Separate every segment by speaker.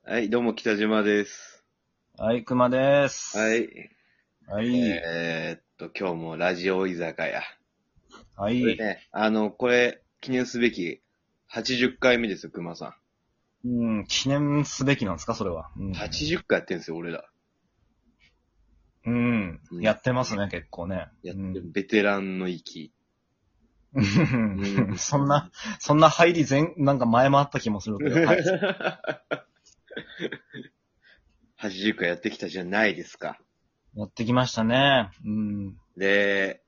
Speaker 1: はい、どうも北島です。
Speaker 2: はい、熊です。
Speaker 1: はい。
Speaker 2: はい。
Speaker 1: 今日もラジオ居酒屋。
Speaker 2: はい。
Speaker 1: これね、これ、記念すべき80回目ですよ、熊さん。
Speaker 2: 記念すべきなんですか、それは。
Speaker 1: 80回やってんですよ、俺ら。
Speaker 2: やってますね、結構ね。
Speaker 1: やってる、ベテランの域。
Speaker 2: そんな入りなんか前もあった気もするけど、はい。
Speaker 1: 80回やってきたじゃないですか。
Speaker 2: やってきましたね。
Speaker 1: で、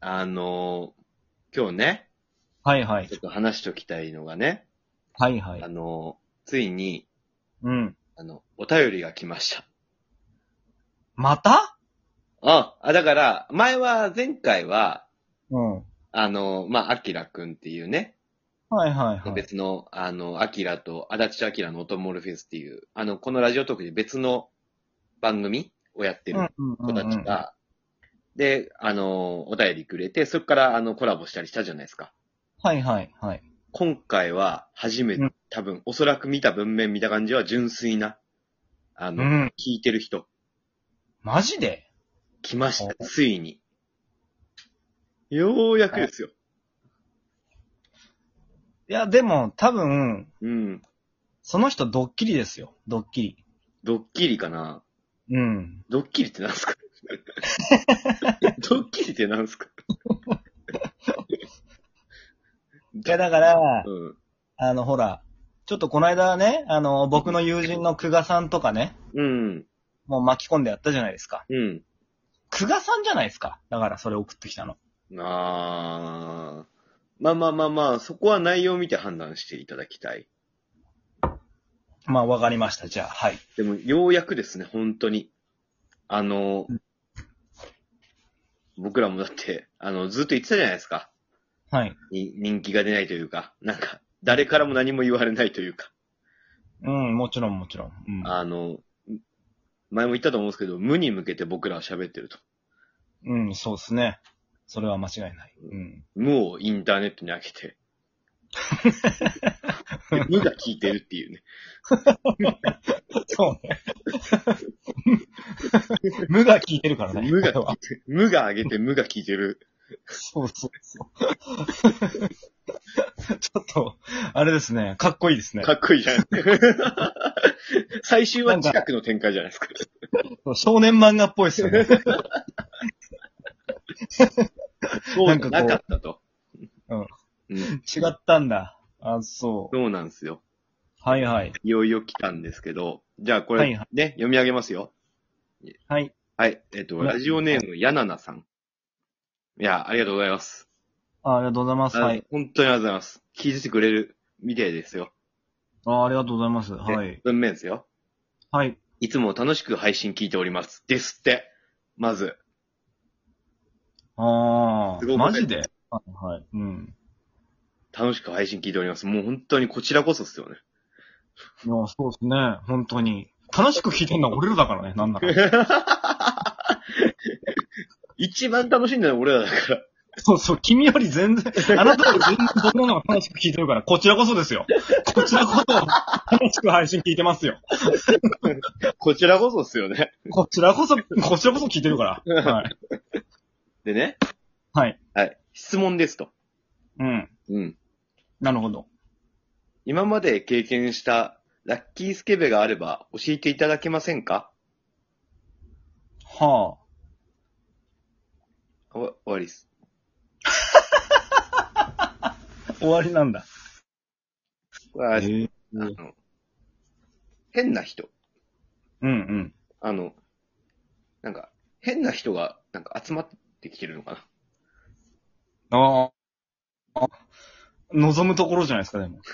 Speaker 1: 今日ね、
Speaker 2: はいはい。
Speaker 1: ちょっと話しときたいのがね、
Speaker 2: はいはい。
Speaker 1: ついに、
Speaker 2: うん。
Speaker 1: お便りが来ました。
Speaker 2: また
Speaker 1: だから、前回は、
Speaker 2: うん。
Speaker 1: アキラくんっていうね、
Speaker 2: はいはいはい。
Speaker 1: 別の、アキラと、足立アキラのオトモルフェスっていう、このラジオトークで別の番組をやってる子たちが、で、お便りくれて、そこから、コラボしたりしたじゃないですか。
Speaker 2: はいはいはい。
Speaker 1: 今回は、初めて、多分、おそらく見た文面見た感じは、純粋な、聞いてる人、
Speaker 2: マジで
Speaker 1: 来ました、ついに。ようやくですよ。
Speaker 2: いや、でも、多分、
Speaker 1: うん。
Speaker 2: その人ドッキリですよ。ドッキリ。
Speaker 1: ドッキリかな？
Speaker 2: うん。
Speaker 1: ドッキリってなんすか？ドッキリってなんすか？
Speaker 2: いや、だから、
Speaker 1: うん。
Speaker 2: ほら、ちょっとこの間ね、僕の友人の久我さんとかね、
Speaker 1: うん。
Speaker 2: もう巻き込んでやったじゃないですか。
Speaker 1: うん。
Speaker 2: 久我さんじゃないですか。だからそれ送ってきたの。
Speaker 1: まあ、そこは内容を見て判断していただきたい。
Speaker 2: まあ、わかりました。じゃあ、はい。
Speaker 1: でも、ようやくですね、本当に。僕らもだって、ずっと言ってたじゃないですか。
Speaker 2: はい。
Speaker 1: 人気が出ないというか、なんか、誰からも何も言われないというか。
Speaker 2: もちろんもちろん。
Speaker 1: 前も言ったと思うんですけど、無に向けて僕らは喋ってると。
Speaker 2: そうですね。それは間違いない。
Speaker 1: 無をインターネットに開けて、無が聞いてるっていうね。
Speaker 2: そうね。無が聞いてるからね。
Speaker 1: 無が聞いてる。無が上げて無が聞いてる。
Speaker 2: そうそうそう。ちょっと、あれですね。かっこいいですね。
Speaker 1: かっこいいじゃん。最終は近くの展開じゃないですか。
Speaker 2: 少年漫画っぽいですよね。
Speaker 1: そうじゃなかったと。
Speaker 2: 違ったんだ。あ、そう。
Speaker 1: そうなんですよ。
Speaker 2: はいはい。
Speaker 1: いよいよ来たんですけど、じゃあこれ、
Speaker 2: はい
Speaker 1: ね、読み上げますよ。
Speaker 2: はい。
Speaker 1: はい。ラジオネーム、ヤナナさん。いや、ありがとうございます。
Speaker 2: ありがとうございます。はい。
Speaker 1: 本当にありがとうございます。聞いててくれるみたいですよ。
Speaker 2: ありがとうございます。はい。
Speaker 1: 文面ですよ。
Speaker 2: はい。
Speaker 1: いつも楽しく配信聞いております。ですって。まず。
Speaker 2: マジではい。
Speaker 1: 楽しく配信聞いております。もう本当にこちらこそですよね。
Speaker 2: いや、そうですね。本当に。楽しく聞いてんのは俺らだからね、なんなら。
Speaker 1: 一番楽しんでるのは俺らだから。
Speaker 2: そうそう、君より全然、あなたより全然僕らの方が楽しく聞いてるから、こちらこそですよ。こちらこそ、楽しく配信聞いてますよ。
Speaker 1: こちらこそですよね。
Speaker 2: こちらこそ聞いてるから。はい。
Speaker 1: でね。
Speaker 2: はい。
Speaker 1: はい。質問ですと。
Speaker 2: なるほど。
Speaker 1: 今まで経験したラッキースケベがあれば教えていただけませんか？
Speaker 2: は
Speaker 1: 終わりです。
Speaker 2: 終わりなんだ。
Speaker 1: これ変な人。なんか、変な人が、なんか集まってきてるのかな。
Speaker 2: ああ。望むところじゃないですか、でも。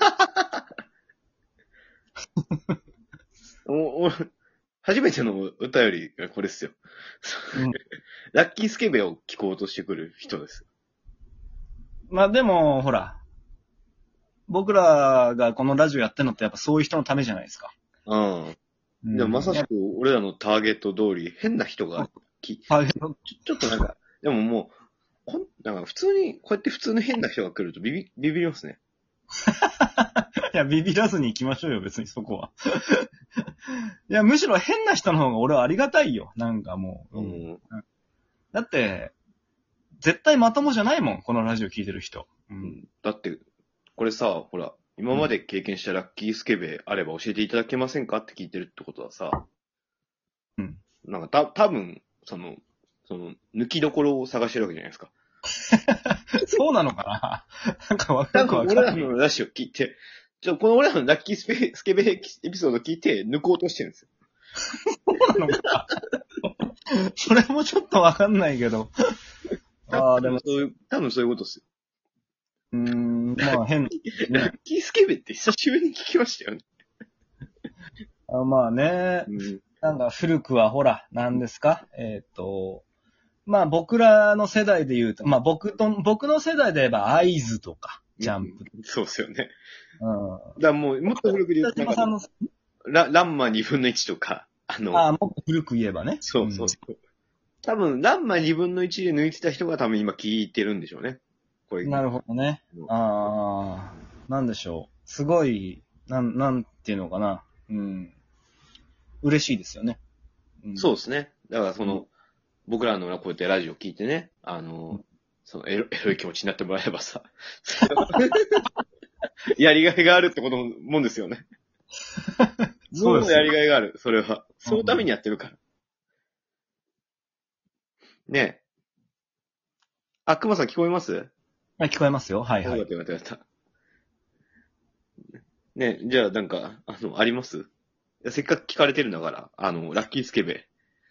Speaker 1: 初めてのお便りがこれですよ。ラッキースケベを聞こうとしてくる人です。
Speaker 2: まあでも、ほら。僕らがこのラジオやってるのってやっぱそういう人のためじゃないですか。
Speaker 1: でもまさしく俺らのターゲット通り変な人がちょっとなんか、でももう、なんか普通に、こうやって普通の変な人が来るとビビりますね。
Speaker 2: や、ビビらずに行きましょうよ、別にそこは。いや、むしろ変な人の方が俺はありがたいよ。なんかもう。だって、絶対まともじゃないもん、このラジオ聞いてる人。
Speaker 1: だって、これさ、ほら、今まで経験したラッキースケベあれば教えていただけませんかって聞いてるってことはさ、なんか多分抜きどころを探してるわけじゃないですか。
Speaker 2: そうなのかななんかわか
Speaker 1: 多
Speaker 2: んない。
Speaker 1: 分俺らのラジオ聞いて、この俺らのラッキースケベエピソード聞いて抜こうとしてるんですよ。
Speaker 2: そうなのかそれもちょっとわかんないけど。
Speaker 1: でも多分そういうことですよ。
Speaker 2: まあ変、
Speaker 1: ラッキースケベって久しぶりに聞きましたよね。
Speaker 2: まあね、なんか古くはほら、何ですかまあ僕らの世代で言うと、まあ僕の世代で言えば合図とか、ジャンプ。
Speaker 1: そうですよね。だからもっと古く言うと、ランマ2分の1とか、
Speaker 2: もっと古く言えばね。
Speaker 1: そう。多分、ランマ2分の1で抜いてた人が多分今聞いてるんでしょうね。これ。
Speaker 2: なるほどね。なんでしょう。すごい、なんていうのかな。嬉しいですよね。
Speaker 1: そうですね。だから僕らのこうやってラジオ聞いてね、エロい気持ちになってもらえばさ、やりがいがあるってこともんですよね。そうです。やりがいがある、それは。そのためにやってるから。ねえ。熊さん聞こえます？
Speaker 2: 聞こえますよ。はい。
Speaker 1: よかった。ねえ、じゃあなんか、あります？せっかく聞かれてるんだから、ラッキースケベ。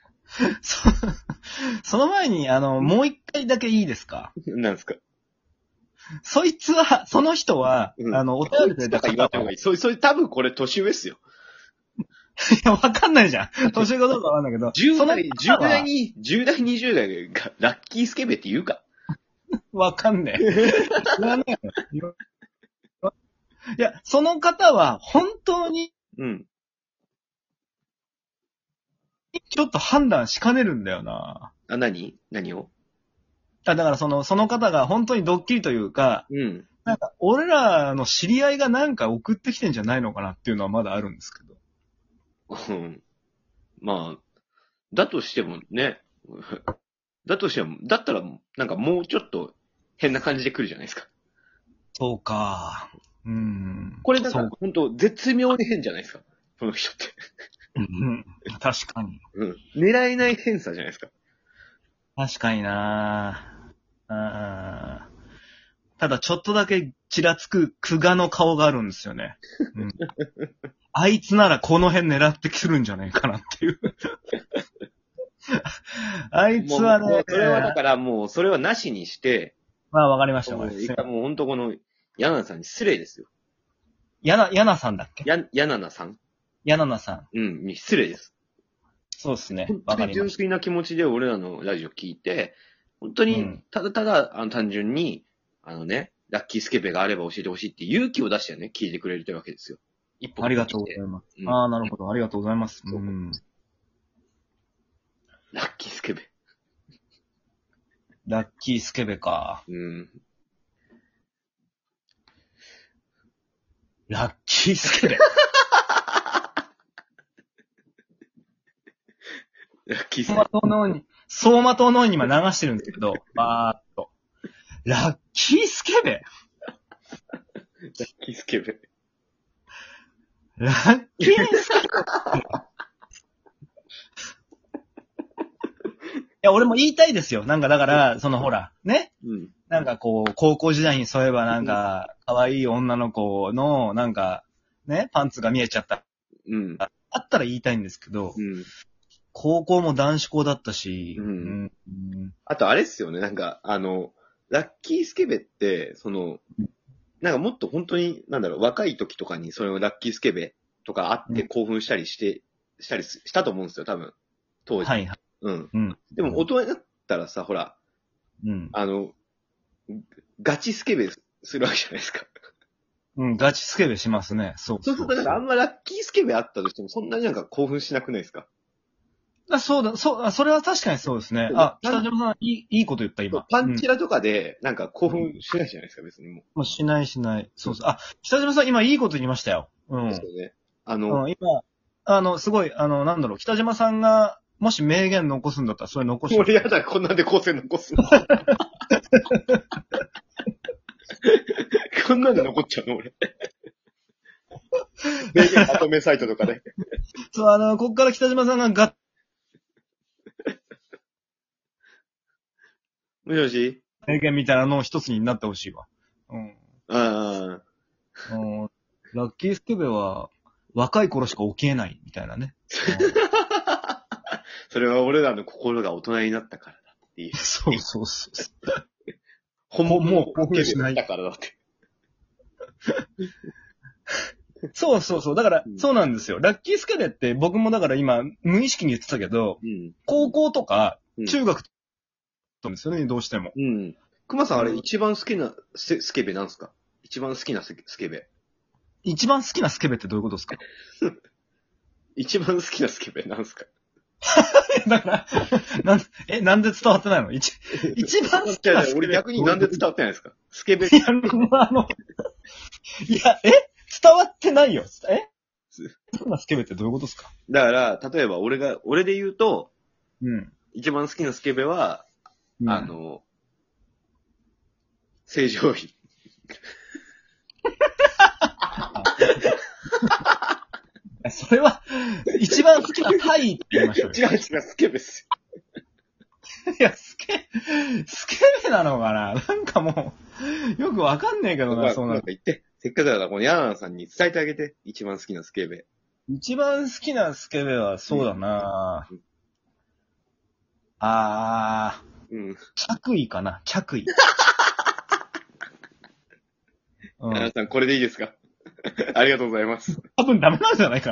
Speaker 2: その前に、もう一回だけいいですか？
Speaker 1: なんですか？
Speaker 2: その人は、お便りで
Speaker 1: 言われた方がいい。それ多分これ年上っすよ。
Speaker 2: いや、わかんないじゃん。年上かどうかわかんないけど。10代、
Speaker 1: 20代がラッキースケベって言うか？
Speaker 2: わかんねえ。言わねえよ。いや、その方は本当に、ちょっと判断しかねるんだよな。
Speaker 1: 何を？
Speaker 2: だからその方が本当にドッキリというか、なんか、俺らの知り合いがなんか送ってきてんじゃないのかなっていうのはまだあるんですけど。
Speaker 1: まあ、だとしてもね、だったら、なんかもうちょっと変な感じで来るじゃないですか。
Speaker 2: そうか。
Speaker 1: これなんか本当絶妙に変じゃないですか。この人って。
Speaker 2: 確かに。
Speaker 1: 狙えない変さじゃないですか。
Speaker 2: 確かになただちょっとだけちらつく久我の顔があるんですよね。あいつならこの辺狙ってくるんじゃないかなっていう。あいつはね。
Speaker 1: それはだからもう、それはなしにして。
Speaker 2: まあわかりました。
Speaker 1: もう本当この、ヤナナさんに失礼ですよ。
Speaker 2: ヤナさんだっけ？
Speaker 1: ヤナナさん。
Speaker 2: ヤナナさん。
Speaker 1: に失礼です。
Speaker 2: そうですね。
Speaker 1: 本当に純粋な気持ちで俺らのラジオ聞いて、本当に、ただ単純に、ラッキースケベがあれば教えてほしいって勇気を出してね、聞いてくれるというわけですよ。
Speaker 2: ありがとうございます。なるほど。ありがとうございます。
Speaker 1: ラッキースケベ。
Speaker 2: ラッキースケベか。ラッキースケベ。
Speaker 1: ラッキースケベ。
Speaker 2: 走馬灯のように今流してるんですけど、バーっと。ラッキースケベ？
Speaker 1: ラッキースケベ。
Speaker 2: ラッキースケベ。いや、俺も言いたいですよ。なんかだから、ほら、ね。なんかこう、高校時代にそういえばなんか、可愛い女の子の、なんか、ね、パンツが見えちゃった。あったら言いたいんですけど、高校も男子校だったし、
Speaker 1: あとあれっすよね、なんか、ラッキースケベって、なんかもっと本当に、若い時とかにそれをラッキースケベとかあって興奮したりしたと思うんですよ、多分。当時。はいはい。でも大人になったらさ、ほら、ガチスケベするわけじゃないですか。
Speaker 2: ガチスケベしますね。そう
Speaker 1: すると、なんかあんまラッキースケベあったとしても、そんなになんか興奮しなくないですか？
Speaker 2: そうだ、それは確かにそうですね。あ、北島さん、いいこと言った、今。
Speaker 1: パンチラとかで、なんか興奮しないじゃないですか、別にもう。
Speaker 2: もうしない。そうそう。あ、北島さん、今いいこと言いましたよ。うん。
Speaker 1: ですよね。
Speaker 2: 今、すごい、なんだろう、北島さんが、もし名言残すんだったら、それ残して。
Speaker 1: 俺やだ、こんなんで構成残すの。こんなんで残っちゃうの、俺。名言まとめサイトとかで。
Speaker 2: そう、こっから北島さんが
Speaker 1: もしもし
Speaker 2: 名言みたいなのを一つになってほしいわ。うん。
Speaker 1: ああ。
Speaker 2: ラッキースケベは、若い頃しか起きえない、みたいなね。
Speaker 1: それは俺らの心が大人になったからだっていう。
Speaker 2: そう。
Speaker 1: もう
Speaker 2: 興奮しない。
Speaker 1: だからだって。
Speaker 2: そう。だから、そうなんですよ。ラッキースケベって僕もだから今、無意識に言ってたけど、高校とか、中学とですよね、どうしても。
Speaker 1: 熊さんあれ一番好きなスケベなんすか？一番好きなスケベ。
Speaker 2: 一番好きなスケベってどういうことですか？
Speaker 1: 一番好きなスケベなんすか？
Speaker 2: だから、なんで伝わってないの？一番好きなスケベ。
Speaker 1: 俺逆になんで伝わってないですか？スケベ。
Speaker 2: いや、伝わってないよ。好きなスケベってどういうことですか？
Speaker 1: だから、例えば俺で言うと、一番好きなスケベは、正常位。
Speaker 2: それは、一番好きなタイって言いましょうよ。
Speaker 1: 違う、スケベっす。
Speaker 2: いや、スケベなのかな？なんかもう、よくわかんねえけどな、そうなんか
Speaker 1: 言って。せっかくだから、このヤナさんに伝えてあげて。一番好きなスケベ。
Speaker 2: 一番好きなスケベは、そうだな、着衣かな、着衣。
Speaker 1: ヤナさん、これでいいですか？ありがとうございます。
Speaker 2: 多分ダメなんじゃないかな。